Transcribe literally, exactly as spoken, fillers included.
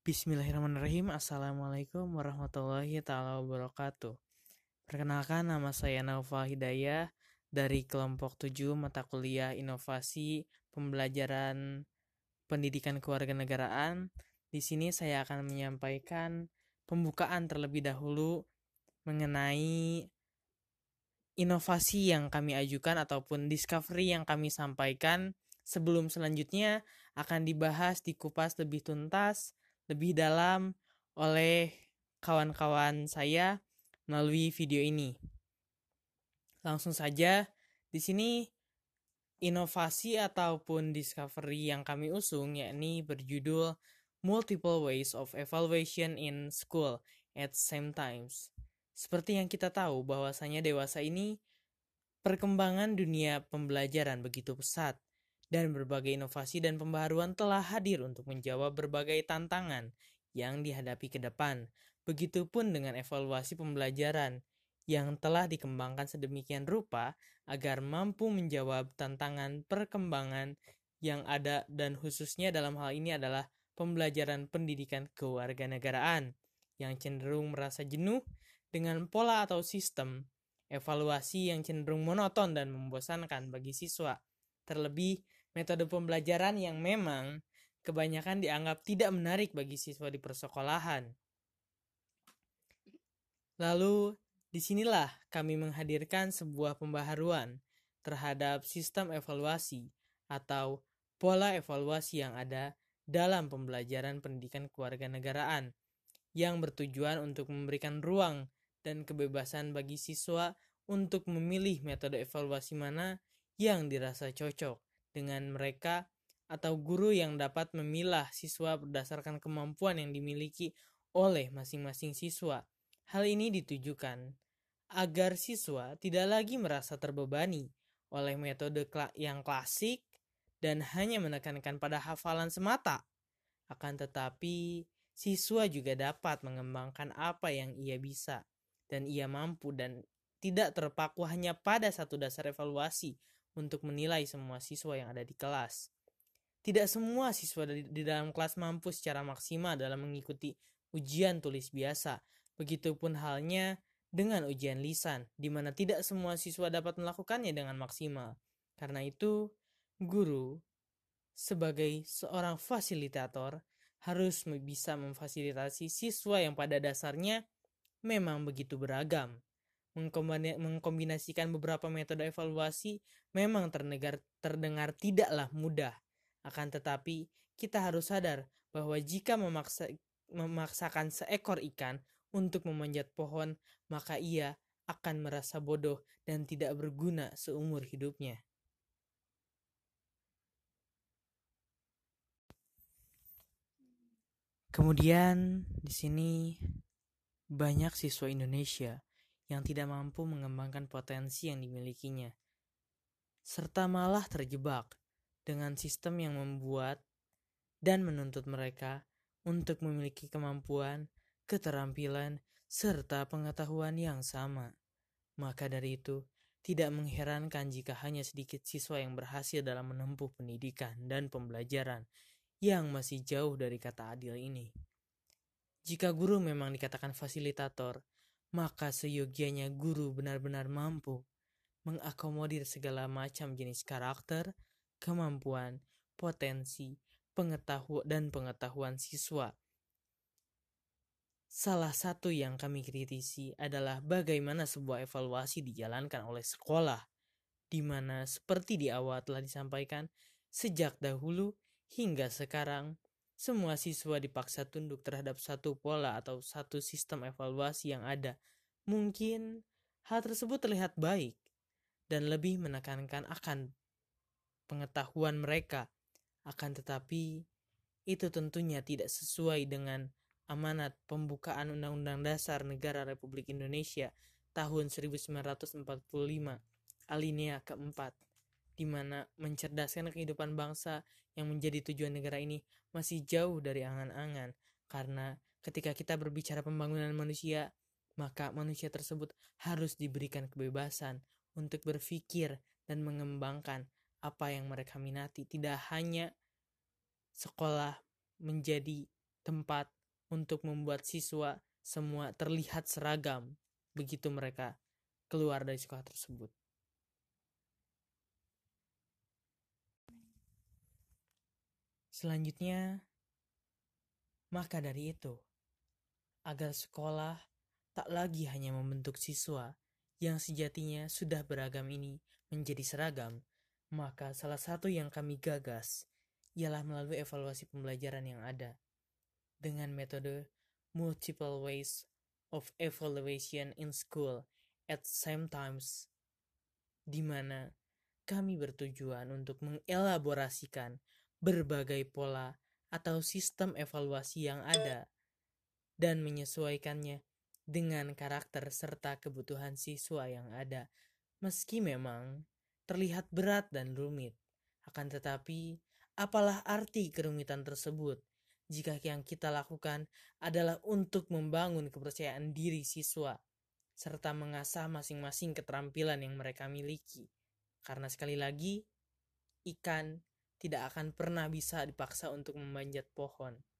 Bismillahirrahmanirrahim. Assalamualaikum warahmatullahi taala wabarakatuh. Perkenalkan, nama saya Naufal Hidayah dari kelompok tujuh mata kuliah Inovasi Pembelajaran Pendidikan Kewarganegaraan. Di sini saya akan menyampaikan pembukaan terlebih dahulu mengenai inovasi yang kami ajukan ataupun discovery yang kami sampaikan. Sebelum selanjutnya akan dibahas, dikupas lebih tuntas, lebih dalam oleh kawan-kawan saya melalui video ini. Langsung saja, di sini inovasi ataupun discovery yang kami usung yakni berjudul Multiple Ways of Evaluation in School at Same Times. Seperti yang kita tahu bahwasanya dewasa ini perkembangan dunia pembelajaran begitu pesat dan berbagai inovasi dan pembaharuan telah hadir untuk menjawab berbagai tantangan yang dihadapi ke depan. Begitupun dengan evaluasi pembelajaran yang telah dikembangkan sedemikian rupa agar mampu menjawab tantangan perkembangan yang ada, dan khususnya dalam hal ini adalah pembelajaran pendidikan kewarganegaraan yang cenderung merasa jenuh dengan pola atau sistem evaluasi yang cenderung monoton dan membosankan bagi siswa. Terlebih metode pembelajaran yang memang kebanyakan dianggap tidak menarik bagi siswa di persekolahan. Lalu, disinilah kami menghadirkan sebuah pembaharuan terhadap sistem evaluasi atau pola evaluasi yang ada dalam pembelajaran pendidikan kewarganegaraan yang bertujuan untuk memberikan ruang dan kebebasan bagi siswa untuk memilih metode evaluasi mana yang dirasa cocok dengan mereka, atau guru yang dapat memilah siswa berdasarkan kemampuan yang dimiliki oleh masing-masing siswa. Hal ini ditujukan agar siswa tidak lagi merasa terbebani oleh metode yang klasik dan hanya menekankan pada hafalan semata. Akan tetapi, siswa juga dapat mengembangkan apa yang ia bisa dan ia mampu dan tidak terpaku hanya pada satu dasar evaluasi untuk menilai semua siswa yang ada di kelas. Tidak semua siswa di, di dalam kelas mampu secara maksimal dalam mengikuti ujian tulis biasa. Begitupun halnya dengan ujian lisan, di mana tidak semua siswa dapat melakukannya dengan maksimal. Karena itu, guru sebagai seorang fasilitator harus bisa memfasilitasi siswa yang pada dasarnya memang begitu beragam. Mengkombinasikan beberapa metode evaluasi memang terdengar, terdengar tidaklah mudah. Akan tetapi, kita harus sadar bahwa jika memaksa, memaksakan seekor ikan untuk memanjat pohon, maka ia akan merasa bodoh dan tidak berguna seumur hidupnya. Kemudian di sini banyak siswa Indonesia yang tidak mampu mengembangkan potensi yang dimilikinya, serta malah terjebak dengan sistem yang membuat dan menuntut mereka untuk memiliki kemampuan, keterampilan, serta pengetahuan yang sama. Maka dari itu, tidak mengherankan jika hanya sedikit siswa yang berhasil dalam menempuh pendidikan dan pembelajaran yang masih jauh dari kata adil ini. Jika guru memang dikatakan fasilitator, maka seyogianya guru benar-benar mampu mengakomodir segala macam jenis karakter, kemampuan, potensi, pengetahuan dan pengetahuan siswa. Salah satu yang kami kritisi adalah bagaimana sebuah evaluasi dijalankan oleh sekolah, di mana seperti di awal telah disampaikan, sejak dahulu hingga sekarang, semua siswa dipaksa tunduk terhadap satu pola atau satu sistem evaluasi yang ada. Mungkin hal tersebut terlihat baik dan lebih menekankan akan pengetahuan mereka. Akan tetapi, itu tentunya tidak sesuai dengan amanat pembukaan Undang-Undang Dasar Negara Republik Indonesia tahun seribu sembilan ratus empat puluh lima, alinea keempat, di mana mencerdaskan kehidupan bangsa yang menjadi tujuan negara ini masih jauh dari angan-angan. Karena ketika kita berbicara pembangunan manusia, maka manusia tersebut harus diberikan kebebasan untuk berpikir dan mengembangkan apa yang mereka minati. Tidak hanya sekolah menjadi tempat untuk membuat siswa semua terlihat seragam begitu mereka keluar dari sekolah tersebut. Selanjutnya, maka dari itu, agar sekolah tak lagi hanya membentuk siswa yang sejatinya sudah beragam ini menjadi seragam, maka salah satu yang kami gagas ialah melalui evaluasi pembelajaran yang ada dengan metode multiple ways of evaluation in school at same times, di mana kami bertujuan untuk mengelaborasikan berbagai pola atau sistem evaluasi yang ada dan menyesuaikannya dengan karakter serta kebutuhan siswa yang ada. Meski memang terlihat berat dan rumit, akan tetapi apalah arti kerumitan tersebut jika yang kita lakukan adalah untuk membangun kepercayaan diri siswa serta mengasah masing-masing keterampilan yang mereka miliki. Karena sekali lagi, ikan tidak akan pernah bisa dipaksa untuk memanjat pohon.